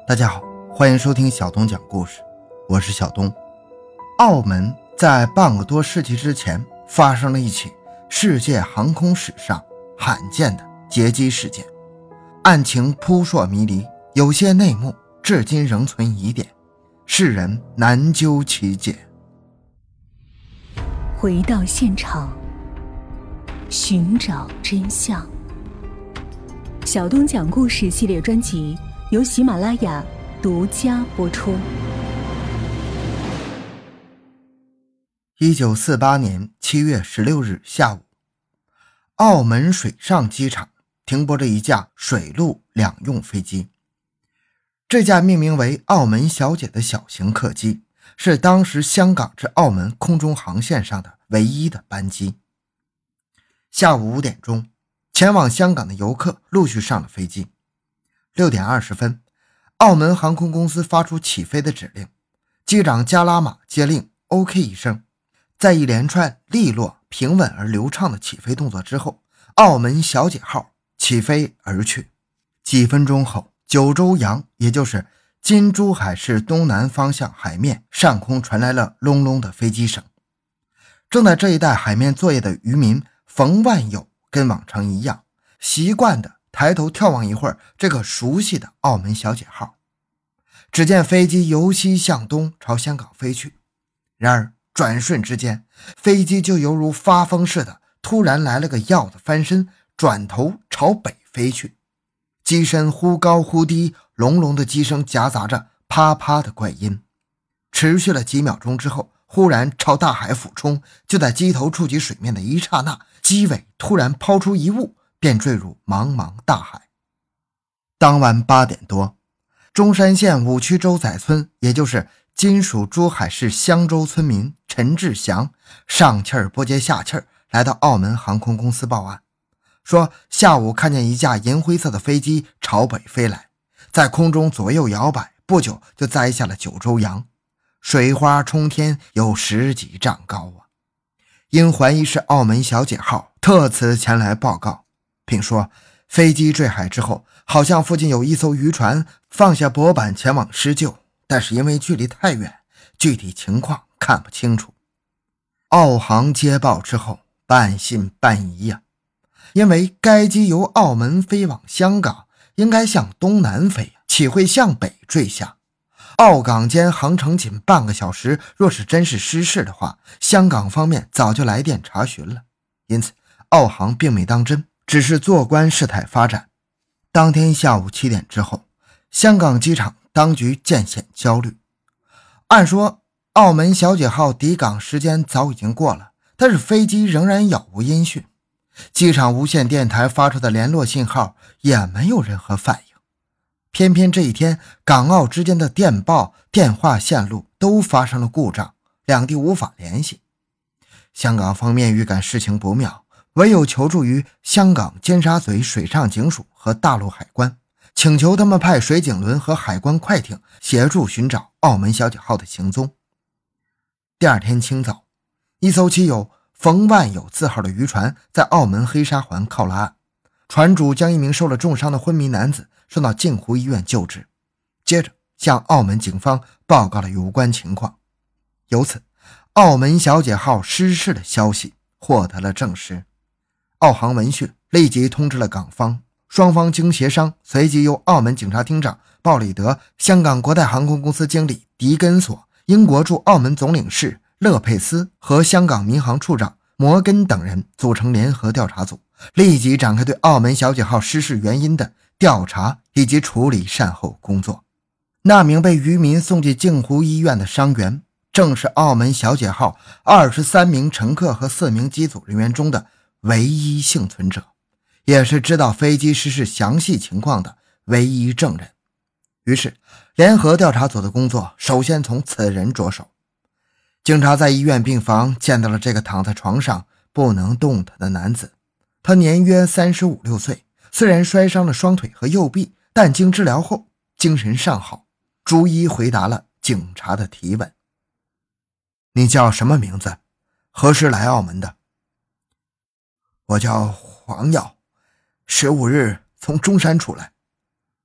大家好，欢迎收听小东讲故事，我是小东。澳门在半个多世纪之前发生了一起世界航空史上罕见的劫机事件，案情扑朔迷离，有些内幕至今仍存疑点，世人难究其解。 回到现场，寻找真相。小东讲故事系列专辑由喜马拉雅独家播出。 1948年7月16日下午，澳门水上机场停泊着一架水陆两用飞机。这架命名为澳门小姐的小型客机是当时香港至澳门空中航线上的唯一的班机。下午5点钟，前往香港的游客陆续上了飞机。6点20分，澳门航空公司发出起飞的指令，机长加拉玛接令 OK 一声，在一连串利落、平稳而流畅的起飞动作之后，澳门小姐号起飞而去。几分钟后，九州洋，也就是今珠海市东南方向海面上空传来了隆隆的飞机声。正在这一带海面作业的渔民冯万友跟往常一样，习惯地抬头眺望一会儿这个熟悉的澳门小姐号。只见飞机由西向东朝香港飞去，然而转瞬之间，飞机就犹如发疯似的突然来了个鹞子翻身，转头朝北飞去。机身忽高忽低，隆隆的机声夹杂着啪啪的怪音，持续了几秒钟之后，忽然朝大海俯冲。就在机头触及水面的一刹那，机尾突然抛出一物，便坠入茫茫大海。当晚8点多，中山县五区洲仔村，也就是今属珠海市香洲村民陈志祥上气儿不接下气儿来到澳门航空公司报案，说下午看见一架银灰色的飞机朝北飞来，在空中左右摇摆，不久就栽下了九州洋，水花冲天，有10几丈高啊！因怀疑是澳门小姐号，特此前来报告，并说飞机坠海之后，好像附近有一艘渔船放下驳板前往施救，但是因为距离太远，具体情况看不清楚。澳航接报之后，半信半疑呀，因为该机由澳门飞往香港，应该向东南飞，岂会向北坠下？澳港间航程仅半个小时，若是真是失事的话，香港方面早就来电查询了，因此澳航并没当真，只是坐观事态发展。当天下午7点之后，香港机场当局渐显焦虑。按说澳门小姐号抵港时间早已经过了，但是飞机仍然杳无音讯，机场无线电台发出的联络信号也没有任何反应。偏偏这一天，港澳之间的电报、电话线路都发生了故障，两地无法联系。香港方面预感事情不妙，唯有求助于香港尖沙咀水上警署和大陆海关，请求他们派水警轮和海关快艇协助寻找澳门小姐号的行踪。第二天清早，一艘骑有冯万友字号的渔船在澳门黑沙环靠了岸，船主将一名受了重伤的昏迷男子送到镜湖医院救治，接着向澳门警方报告了有关情况。由此，澳门小姐号失事的消息获得了证实。澳航闻讯立即通知了港方，双方经协商，随即由澳门警察厅长鲍里德、香港国泰航空公司经理狄根索、英国驻澳门总领事勒佩斯和香港民航处长摩根等人组成联合调查组，立即展开对澳门小姐号失事原因的调查以及处理善后工作。那名被渔民送进镜湖医院的伤员，正是澳门小姐号23名乘客和4名机组人员中的唯一幸存者，也是知道飞机失事详细情况的唯一证人。于是联合调查组的工作首先从此人着手。警察在医院病房见到了这个躺在床上不能动弹的男子，他年约35、6岁，虽然摔伤了双腿和右臂，但经治疗后精神尚好，逐一回答了警察的提问。你叫什么名字？何时来澳门的？ 我叫黄耀，15日从中山出来。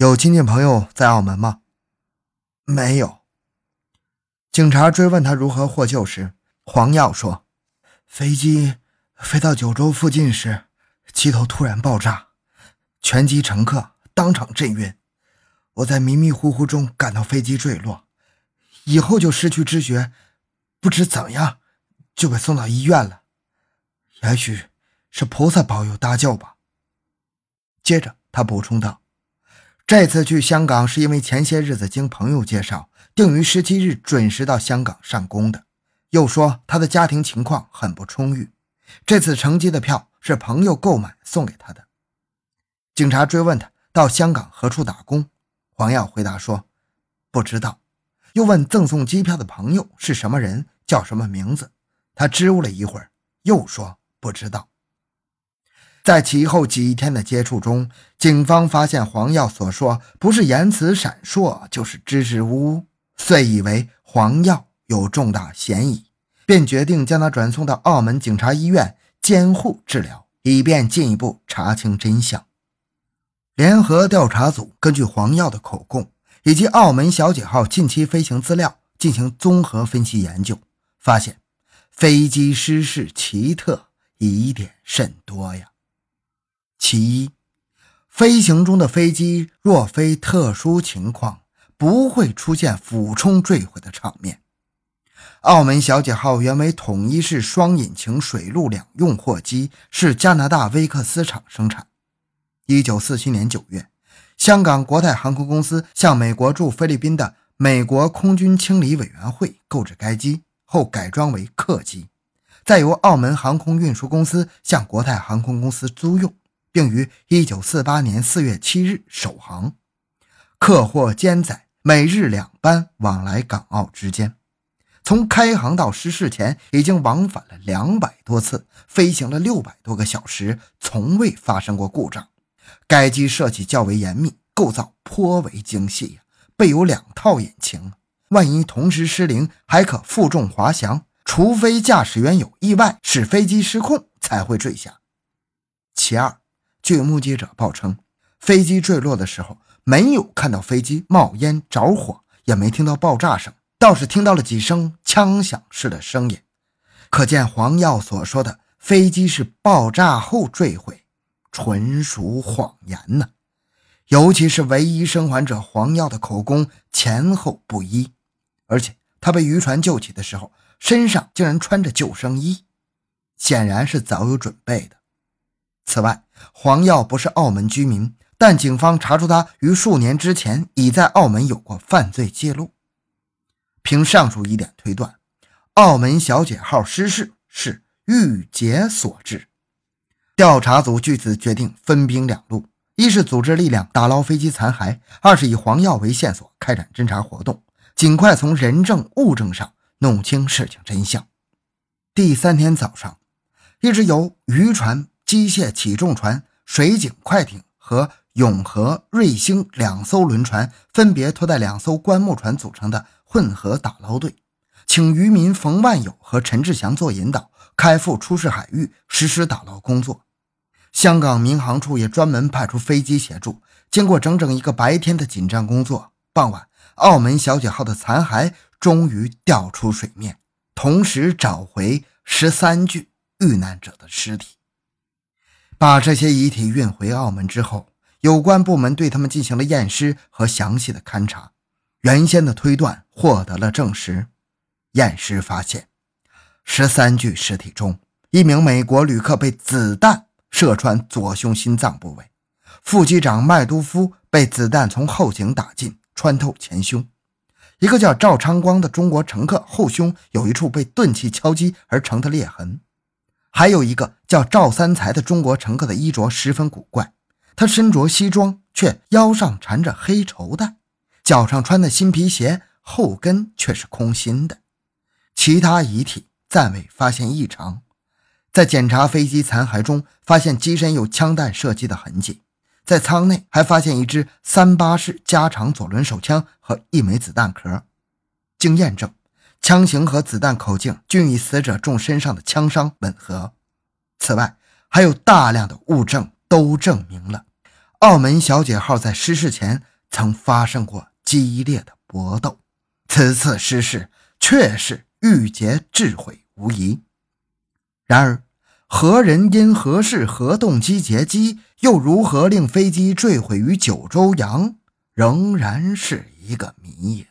有亲戚朋友在澳门吗？没有。警察追问他如何获救时，黄耀说，飞机飞到九州附近时，机头突然爆炸，全机乘客当场震晕，我在迷迷糊糊中感到飞机坠落，以后就失去知觉，不知怎样就被送到医院了，也许是菩萨保佑搭救吧。接着他补充道，这次去香港是因为前些日子经朋友介绍，定于17日准时到香港上工的，又说他的家庭情况很不充裕，这次乘机的票是朋友购买送给他的。警察追问他到香港何处打工，黄耀回答说不知道，又问赠送机票的朋友是什么人，叫什么名字，他支吾了一会儿，又说不知道。在其后几天的接触中，警方发现黄耀所说不是言辞闪烁就是支支吾吾，遂以为黄耀有重大嫌疑，便决定将他转送到澳门警察医院监护治疗，以便进一步查清真相。联合调查组根据黄耀的口供以及澳门小姐号近期飞行资料进行综合分析研究，发现飞机失事奇特，疑点甚多呀。其一，飞行中的飞机若非特殊情况，不会出现俯冲坠毁的场面。澳门小姐号原为统一式双引擎水陆两用货机，是加拿大威克斯厂生产。1947年9月，香港国泰航空公司向美国驻菲律宾的美国空军清理委员会购置该机，后改装为客机，再由澳门航空运输公司向国泰航空公司租用，并于1948年4月7日首航，客货兼载，每日2班往来港澳之间。从开航到失事前已经往返了200多次，飞行了600多个小时，从未发生过故障。该机设计较为严密，构造颇为精细，备有2套引擎，万一同时失灵还可负重滑翔，除非驾驶员有意外使飞机失控才会坠下。其二，据目击者报称，飞机坠落的时候没有看到飞机冒烟着火，也没听到爆炸声，倒是听到了几声枪响式的声音，可见黄耀所说的飞机是爆炸后坠毁，纯属谎言呢。尤其是唯一生还者黄耀的口供前后不一，而且他被渔船救起的时候身上竟然穿着救生衣，显然是早有准备的。此外，黄耀不是澳门居民，但警方查出他于数年之前已在澳门有过犯罪记录。凭上述一点推断，澳门小姐号失事是郁结所致。调查组据此决定分兵2路，一是组织力量打捞飞机残骸，二是以黄耀为线索开展侦查活动，尽快从人证物证上弄清事情真相。第3天早上，一支由渔船、机械起重船、水警快艇和永和、瑞星2艘轮船分别拖带2艘棺木船组成的混合打捞队，请渔民冯万友和陈志祥做引导，开赴出事海域实施打捞工作。香港民航处也专门派出飞机协助，经过整整一个白天的紧张工作，傍晚澳门小姐号的残骸终于掉出水面，同时找回13具遇难者的尸体。把这些遗体运回澳门之后，有关部门对他们进行了验尸和详细的勘查，原先的推断获得了证实。验尸发现13具尸体中，一名美国旅客被子弹射穿左胸心脏部位，副机长麦都夫被子弹从后颈打进，穿透前胸。一个叫赵昌光的中国乘客后胸有一处被钝器敲击而成的裂痕。还有一个叫赵三才的中国乘客的衣着十分古怪，他身着西装，却腰上缠着黑绸带，脚上穿的新皮鞋后跟却是空心的。其他遗体暂未发现异常。在检查飞机残骸中，发现机身有枪弹射击的痕迹，在舱内还发现一支38式加长左轮手枪和1枚子弹壳。经验证，枪型和子弹口径均与死者中身上的枪伤吻合。此外，还有大量的物证都证明了澳门小姐号在失事前曾发生过激烈的搏斗，此次失事确是郁结智慧无疑。然而何人因何事何动机劫机，又如何令飞机坠毁于九州洋，仍然是一个谜也。